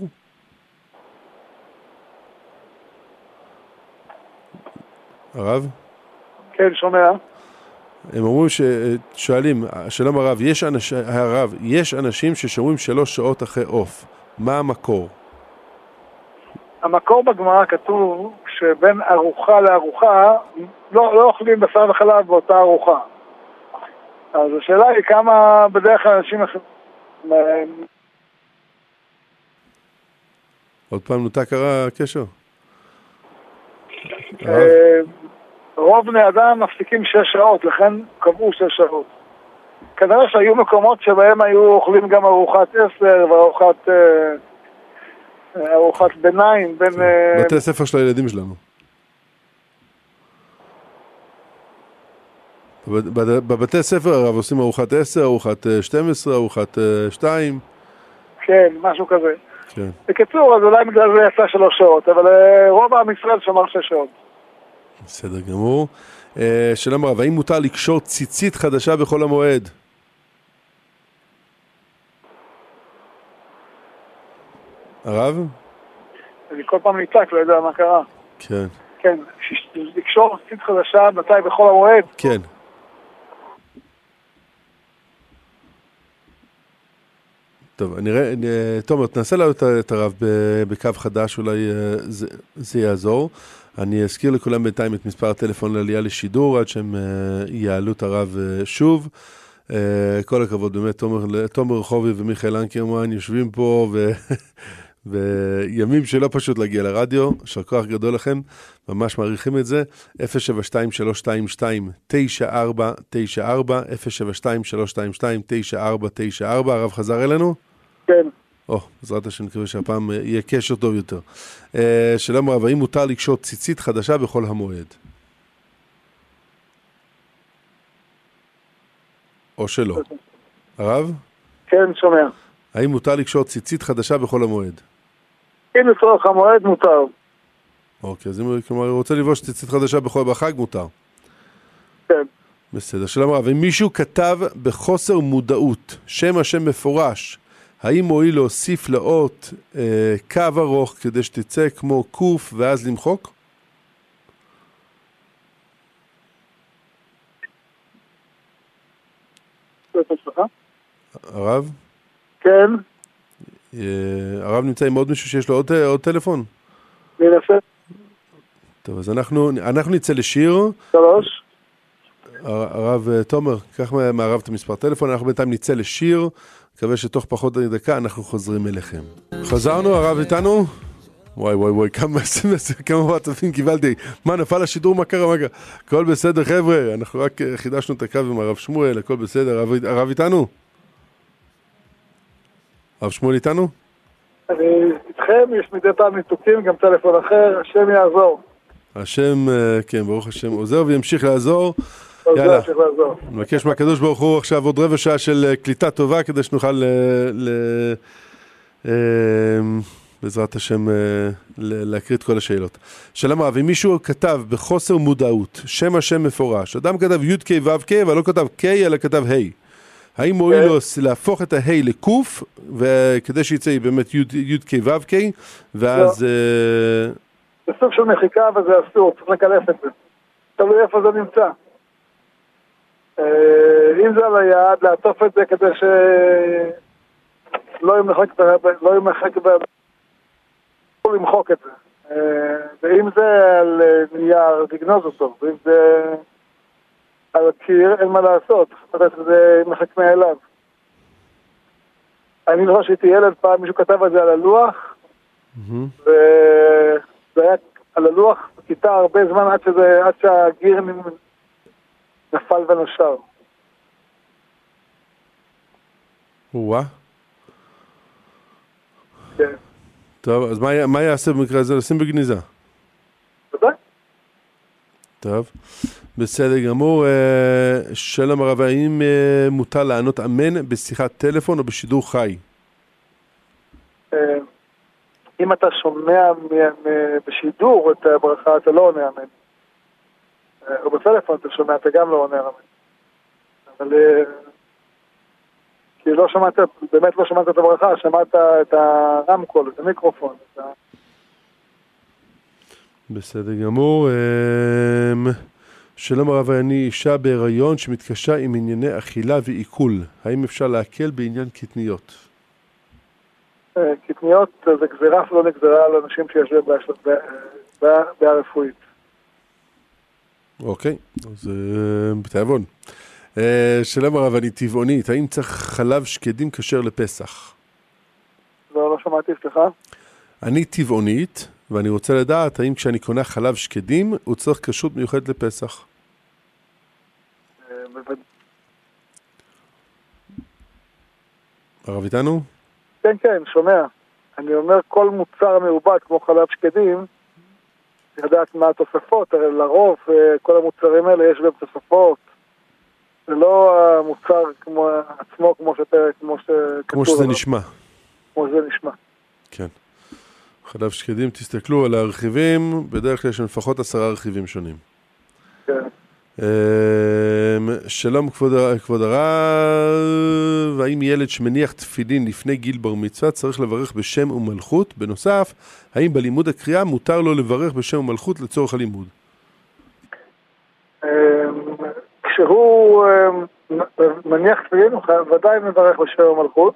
הרב? כן, שומע. הם אומרים ששואלים, שלום הרב, יש, אנש... הרב, יש אנשים ששומרים שלוש שעות אחרי אוף. מה המקור? המקור בגמרא כתוב שבין ארוחה לארוחה לא, לא אוכלים בשר וחלב באותה ארוחה. אז השאלה היא כמה בדרך כלל אנשים... עוד פעם נותק קרה הקשר? רוב בני אדם מפסיקים שש שעות, לכן קבעו שש שעות. כנראה שהיו מקומות שבהם היו אוכלים גם ארוחת עשר וארוחת ארוחת ביניים בין... בתי הספר של הילדים שלנו. בבתי הספר הרב עושים ארוחת עשר, ארוחת שתים עשרה, ארוחת שתיים. כן, משהו כזה. כן. בקיצור, אז אולי בגלל זה יצא שלוש שעות, אבל רוב עם ישראל שמר שש שעות. בסדר גמור. שלום הרב, האם מותר לקשור ציצית חדשה בכל המועד? הרב? אני כל פעם ניתק, לא יודע מה קרה. כן. כן, לקשור ציצית חדשה מתי בכל המועד? כן. טוב, אני ראה, תומר, תנסה לעלות את הרב בקו חדש, אולי זה, זה יעזור. אני אזכיר לכולם בינתיים את מספר הטלפון לעלייה לשידור, עד שהם יעלו את הרב שוב. כל הכבוד, באמת, תומר, תומר רחובי ומיכאל אנקרמן יושבים פה, ו, וימים שלא פשוט להגיע לרדיו, יישר כוח גדול לכם, ממש מעריכים את זה. אפס שבע שתיים שלוש שתיים שתיים תשע ארבע תשע ארבע, אפס שבע שתיים שלוש שתיים שתיים תשע ארבע תשע ארבע, הרב חזר אלינו? כן. או, בעזרת השם, נקווה שהפעם יהיה קשר טוב יותר. שלום רב, האם מותר לקשור ציצית חדשה בכל המועד? או שלא? הרב? כן, שומע. האם מותר לקשור ציצית חדשה בכל המועד? אם לצורך המועד מותר. אוקיי, אז אם כלומר, הוא רוצה לבוש ציצית חדשה בכל בחג, מותר. כן. בסדר, שלום רב, אם מישהו כתב בחוסר מודעות שם השם מפורש, האם מועיל להוסיף לאות אה, קו ארוך כדי שתצא כמו קוף ואז למחוק? הרב? כן. אה, הרב נמצא עם עוד מישהו שיש לו עוד, עוד טלפון? ננסה. טוב, אז אנחנו, אנחנו נצא לשיר. שלוש. הרב תומר, קח מהרב את המספר טלפון, אנחנו בינתיים נצא לשיר, מקווה שתוך פחות דקה אנחנו חוזרים אליכם. חזרנו, הרב איתנו? וואי וואי וואי, כמה כמה וואטסאפים קיבלתי, מה נפל השידור, מה קרה, מה קרה? הכל בסדר חבר'ה, אנחנו רק חידשנו את הקו עם הרב שמואל, הכל בסדר, הרב, הרב איתנו? הרב שמואל איתנו? אני איתכם, יש מדי פעם ניתוקים, גם טלפון אחר, השם יעזור. השם, כן, ברוך השם עוזר וימשיך לעזור. יאללה, נבקש מהקדוש ברוך הוא עכשיו עוד רבע שעה של קליטה טובה כדי שנוכל בעזרת השם להקריא את כל השאלות. שלום רב, אם מישהו כתב בחוסר מודעות שם השם מפורש, אדם כתב י' ק' ו' ק' אבל לא כתב ק' אלא כתב ה', האם מועיל לו להפוך את ה' לקוף וכדי שיצא באמת י' ק' ו' ק' ואז זה סוג של מחיקה וזה אסור, צריך לקלף את זה, תלוי איפה זה נמצא. אם זה על היד, לעטוף את זה כדי שלא ימחק לא ימחק למחוק את זה. ואם זה על נייר, לגנוז אותו, ואם זה על הקיר, אין מה לעשות, זה מחק מאליו. אני לא שהייתי ילד פעם, מישהו כתב את זה על הלוח, וזה היה על הלוח בכיתה הרבה זמן עד שזה, עד שהגיר נפל ונשר. וואה. כן. טוב, אז מה, מה יעשה במקרה הזה? לשים בגניזה? תודה. טוב, בסדר גמור. שלום הרב, האם מותר לענות אמן בשיחת טלפון או בשידור חי? אם אתה שומע בשידור את הברכה, אתה לא עונה אמן. או בטלפון אתה שומע, אתה גם לא עונה אמן. אבל כי לא שמעת, באמת לא שמעת את הברכה, שמעת את הרמקול, את המיקרופון. את ה... בסדר גמור. שלום הרב, אני אישה בהיריון שמתקשה עם ענייני אכילה ועיכול. האם אפשר להקל בעניין קטניות? קטניות זה גזירה לא נגזרה על אנשים שיושבים בעיה רפואית. אוקיי, אז בתיאבון. שלום הרב, אני טבעונית, האם צריך חלב שקדים כשר לפסח? לא, לא שמעתי, סליחה. אני טבעונית, ואני רוצה לדעת האם כשאני קונה חלב שקדים, הוא צריך כשרות מיוחדת לפסח. הרב איתנו? כן, כן, שומע. אני אומר, כל מוצר מעובד כמו חלב שקדים, לדעת מה התוספות, הרי לרוב כל המוצרים האלה יש בהם תוספות. זה לא המוצר כמו עצמו, כמו שאתה, כמו ש... כמו שזה נשמע. כמו שזה נשמע. כן. חלב שקדים, תסתכלו על הרכיבים, בדרך כלל יש לפחות עשרה רכיבים שונים. כן. שלום כבוד, כבוד הרב, האם ילד שמניח תפילין לפני גיל בר מצווה צריך לברך בשם ומלכות? בנוסף, האם בלימוד הקריאה מותר לו לברך בשם ומלכות לצורך הלימוד? כשהוא מניח תפילין הוא ודאי מברך בשם ומלכות.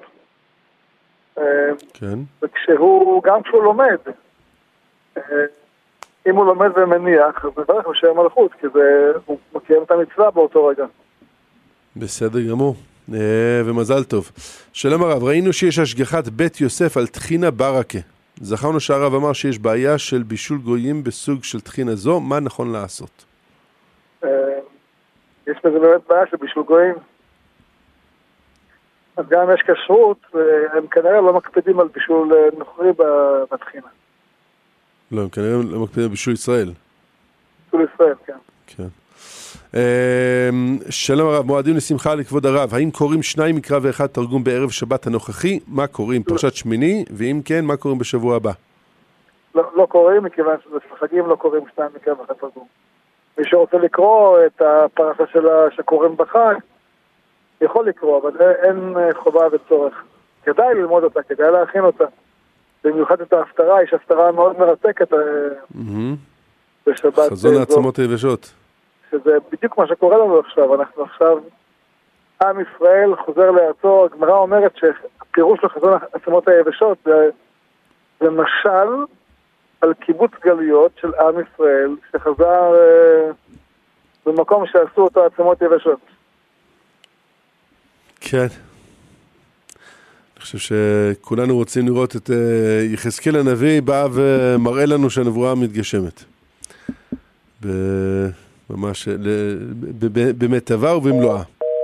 כן. וכשהוא, גם כשהוא לומד, אם הוא לומד ומניח, אז מברך בשם מלכות, כי זה, הוא מקיים את המצווה באותו רגע. בסדר גמור, ומזל טוב. שלום הרב, ראינו שיש השגחת בית יוסף על תחינה ברכה. זכרנו שהרב אמר שיש בעיה של בישול גויים בסוג של תחינה זו, מה נכון לעשות? יש בזה באמת בעיה של בישול גויים. אז גם יש כשרות, והם כנראה לא מקפידים על בישול נוכרי בתחינה. לא, הם כנראה לא מקפידים על בישול ישראל. בישול ישראל, כן. כן. שלום הרב, מועדים לשמחה לכבוד הרב, האם קוראים שניים מקרא ואחד תרגום בערב שבת הנוכחי? מה קוראים? פרשת שמיני, ואם כן, מה קוראים בשבוע הבא? לא, לא קוראים, מכיוון שבחגים לא קוראים שניים מקרא ואחד תרגום. מי שרוצה לקרוא את הפרשה שקוראים בחג, יכול לקרוא, אבל אין חובה וצורך. כדאי ללמוד אותה, כדאי להכין אותה. במיוחד את ההפטרה, יש הפטרה מאוד מרתקת בשבת. חזון העצמות היבשות. שזה בדיוק מה שקורה לנו עכשיו. אנחנו עכשיו, עם ישראל חוזר לארצו, הגמרא אומרת שהפירוש לחזון העצמות היבשות זה, זה משל על קיבוץ גלויות של עם ישראל, שחזר אה, במקום שעשו אותו עצמות יבשות. כן. אני חושב שכולנו רוצים לראות את יחזקאל הנביא בא ומראה לנו שהנבואה מתגשמת. ממש במטבה ובמלואה.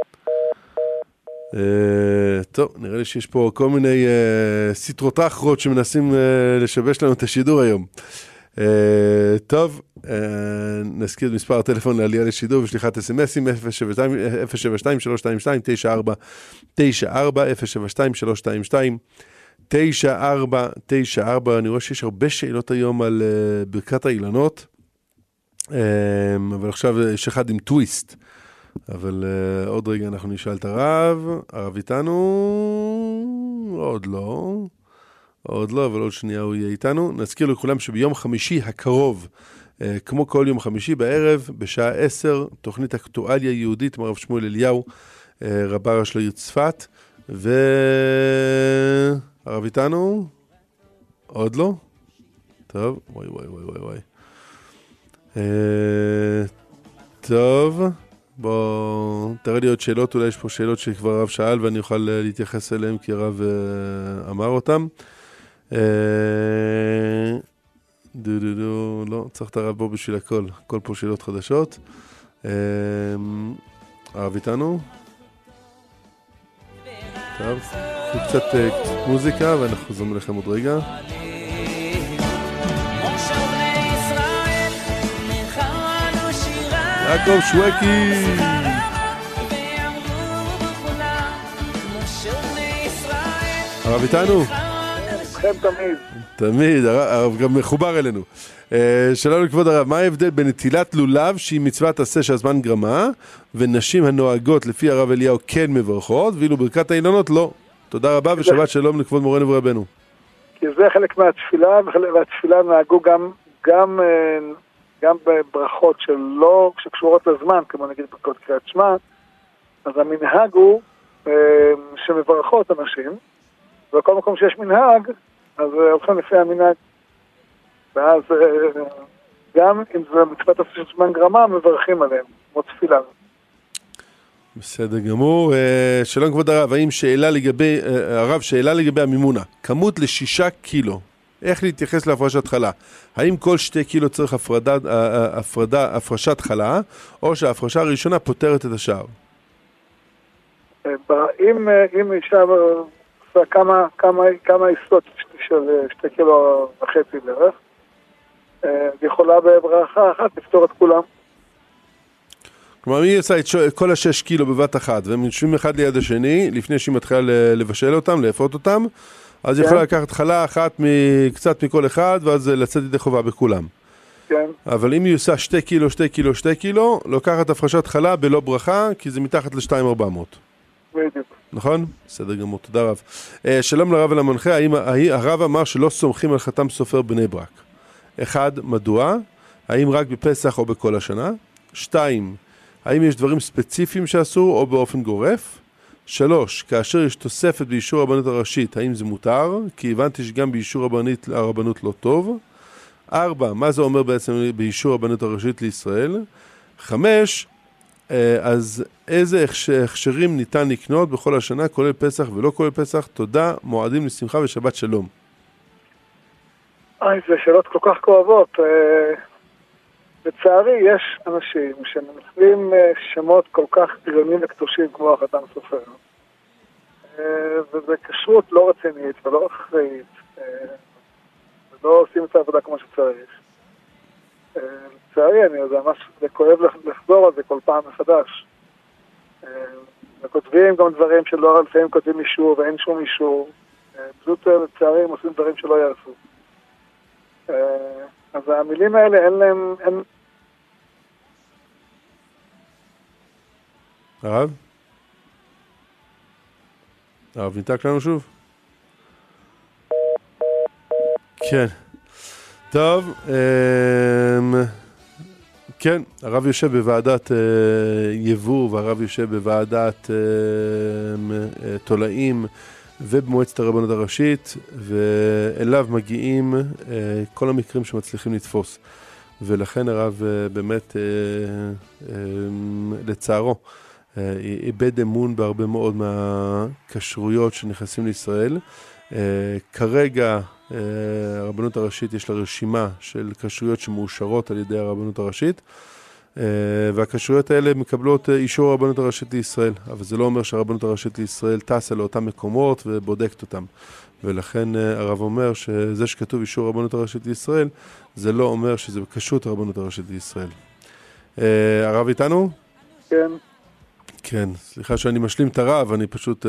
טוב, נראה לי שיש פה כל מיני סטרות אחרות שמנסים לשבש לנו את השידור היום. טוב, נזכיר את מספר הטלפון לעלייה לשידור ושליחת אס-אם-אסים אפס שבע שתיים שלוש שתיים שתיים תשע ארבע תשע ארבע אפס שבע שתיים שלוש שתיים שתיים תשע ארבע תשע ארבע. אני רואה שיש הרבה שאלות היום על ברכת האילנות, אבל עכשיו יש אחד עם טוויסט, אבל עוד רגע אנחנו נשאל את הרב. הרב איתנו? עוד לא עוד לא, אבל עוד שנייה הוא יהיה איתנו. נזכיר לכולם שביום חמישי הקרוב, כמו כל יום חמישי בערב, בשעה עשר, תוכנית אקטואליה יהודית, מרב שמואל אליהו, רבה ראש לעיר צפת. והרב איתנו? עוד לא? טוב, וואי וואי וואי וואי וואי. טוב, בוא, תראה לי עוד שאלות, אולי יש פה שאלות שכבר הרב שאל ואני אוכל להתייחס אליהם כי הרב אמר אותם. דו דו דו, לא, צריך את הרב בו בשביל הכל, הכל פה שאלות חדשות. הרב איתנו? טוב, קצת מוזיקה ואנחנו חוזרים אליכם עוד רגע. יעקב שווקי. הרב איתנו? אתכם תמיד. תמיד, הרב גם מחובר אלינו. שלום לכבוד הרב, מה ההבדל בין נטילת לולב שהיא מצוות עשה שהזמן גרמה, ונשים הנוהגות לפי הרב אליהו כן מברכות, ואילו ברכת האילנות לא? תודה רבה ושבת שלום לכבוד מורנו ורבנו. כי זה חלק מהתפילה, והתפילה נהגו גם גם גם בברכות שלא, שקשורות לזמן, כמו נגיד ברכות קריאת שמע, אז המנהג הוא שמברכות אנשים, ובכל מקום שיש מנהג, אז הולכים לפי המנהג. ואז גם אם זה מצוות עשה של זמן גרמה, מברכים עליהם, כמו תפילה. בסדר גמור. שלום כבוד הרב, האם שאלה לגבי, הרב, שאלה לגבי המימונה, כמות לשישה קילו, איך להתייחס להפרשת חלה? האם כל שתי קילו צריך הפרדה, הפרדה, הפרשת חלה, או שההפרשה הראשונה פותרת את השאר? אם, אם אישה עושה כמה, כמה, כמה עיסות של שתי קילו וחצי בערך, יכולה בברכה אחת לפתור את כולם. כלומר, מי עושה את כל השש קילו בבת אחת, והם יושבים אחד ליד השני, לפני שהיא מתחילה לבשל אותם, לאפות אותם, אז היא יכולה לקחת חלה אחת קצת מכל אחד, ואז לצאת ידי חובה בכולם. כן. אבל אם היא עושה שתי קילו, שתי קילו, שתי קילו, לוקחת הפרשת חלה בלא ברכה, כי זה מתחת ל-שתיים ארבע מאות. בדיוק. נכון? בסדר גמור, תודה רב. שלום לרב ולמנחה, האם הרב אמר שלא סומכים על חתם סופר בני ברק? אחד, מדוע? האם רק בפסח או בכל השנה? שתיים, האם יש דברים ספציפיים שאסור או באופן גורף? שלוש, כאשר יש תוספת באישור הרבנות הראשית, האם זה מותר? כי הבנתי שגם באישור הרבנית, הרבנות לא טוב. ארבע, מה זה אומר בעצם באישור הרבנות הראשית לישראל? חמש, אז איזה הכשרים ניתן לקנות בכל השנה, כולל פסח ולא כולל פסח? תודה, מועדים לשמחה ושבת שלום. אוי, זה שאלות כל כך כואבות. לצערי, יש אנשים שמנצלים שמות כל כך עליונים וקדושים כמו החתן סופר. וזה כשרות לא רצינית ולא אחראית, ולא עושים את העבודה כמו שצריך. לצערי, אני יודע, זה כואב לחזור על זה כל פעם מחדש. וכותבים גם דברים שלא, לפעמים כותבים אישור ואין שום אישור. פשוט לצערי הם עושים דברים שלא יעשו. אז המילים האלה אין להם... אין... הרב? הרב ניתק לנו שוב? כן. טוב, כן, הרב יושב בוועדת יבוא, והרב יושב בוועדת תולעים ובמועצת הרבנות הראשית, ואליו מגיעים כל המקרים שמצליחים לתפוס. ולכן הרב באמת לצערו איבד אמון בהרבה מאוד מהכשרויות שנכנסים לישראל. כרגע הרבנות הראשית יש לה רשימה של כשרויות שמאושרות על ידי הרבנות הראשית, והכשרויות האלה מקבלות אישור הרבנות הראשית לישראל, אבל זה לא אומר שהרבנות הראשית לישראל טסה לאותם מקומות ובודקת אותם. ולכן הרב אומר שזה שכתוב אישור הרבנות הראשית לישראל, זה לא אומר שזה כשרות הרבנות הראשית לישראל. הרב איתנו? כן. כן, סליחה שאני משלים את הרב, אני פשוט...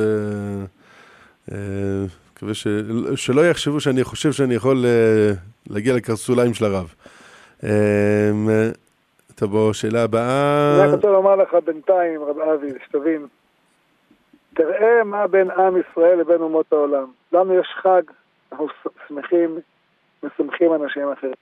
מקווה שלא יחשבו שאני חושב שאני יכול להגיע לקרסוליים של הרב. תבוא, שאלה הבאה. אני רוצה לומר לך בינתיים, רב אבי, שתבין, תראה מה בין עם ישראל לבין אומות העולם. לנו יש חג, אנחנו שמחים, משמחים אנשים אחרים.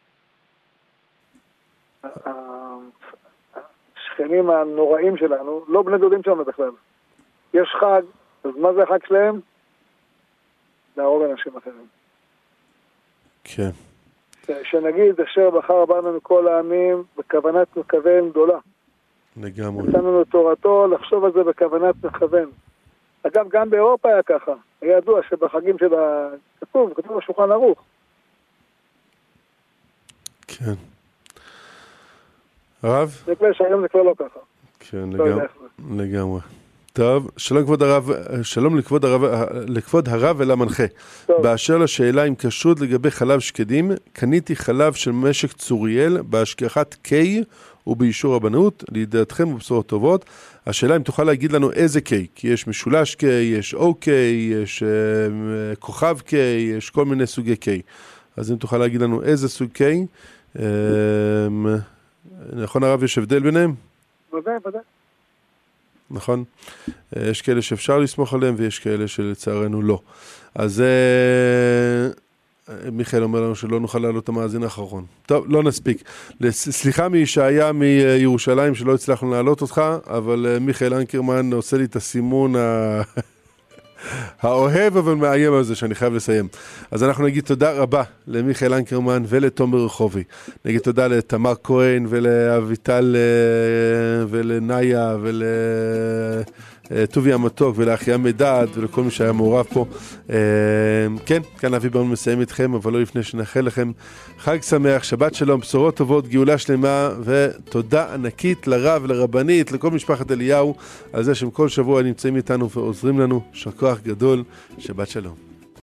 השכנים הנוראים שלנו, לא בני דודים שלנו בכלל. יש חג, אז מה זה החג שלהם? להרוג אנשים אחרים. כן. שנגיד, אשר בחר בנו מכל העמים, בכוונת מכוון גדולה. לגמרי. נתן לנו תורתו לחשוב על זה בכוונת מכוון. אגב, גם באירופה היה ככה. היה ידוע שבחגים של הכתוב, כתוב בשולחן ערוך. כן. הרב? זה כבר שהיום זה כבר לא ככה. כן, לגמרי. לגמרי. טוב, שלום כבוד הרב, שלום לכבוד הרב, לכבוד הרב ולמנחה. באשר לשאלה עם כשרות לגבי חלב שקדים, קניתי חלב של משק צוריאל בהשגחת קיי ובאישור רבנות, לידיעתכם ובשורות טובות. השאלה אם תוכל להגיד לנו איזה קיי, כי יש משולש קיי, יש אוקיי, יש uh, כוכב קיי, יש כל מיני סוגי קיי. אז אם תוכל להגיד לנו איזה סוג קיי, uh, נכון הרב, יש הבדל ביניהם? ודאי, ודאי. נכון? יש כאלה שאפשר לסמוך עליהם ויש כאלה שלצערנו לא. אז מיכאל אומר לנו שלא נוכל לעלות את המאזין האחרון. טוב, לא נספיק. סליחה מישעיה מירושלים שלא הצלחנו לעלות אותך, אבל מיכאל אנקרמן עושה לי את הסימון ה... האוהב אבל מאיים על זה שאני חייב לסיים. אז אנחנו נגיד תודה רבה למיכאל אנקרמן ולתומר רחובי. נגיד תודה לתמר כהן ולאביטל ולנאיה ולטובי המתוק ולאחיה מדד ולכל מי שהיה מעורב פה. כן, כאן אבי ברמן מסיים איתכם, אבל לא לפני שנאחל לכם חג שמח, שבת שלום, בשורות טובות, גאולה שלמה, ותודה ענקית לרב, לרבנית, לכל משפחת אליהו על זה שהם כל שבוע נמצאים איתנו ועוזרים לנו. יישר כוח גדול, שבת שלום.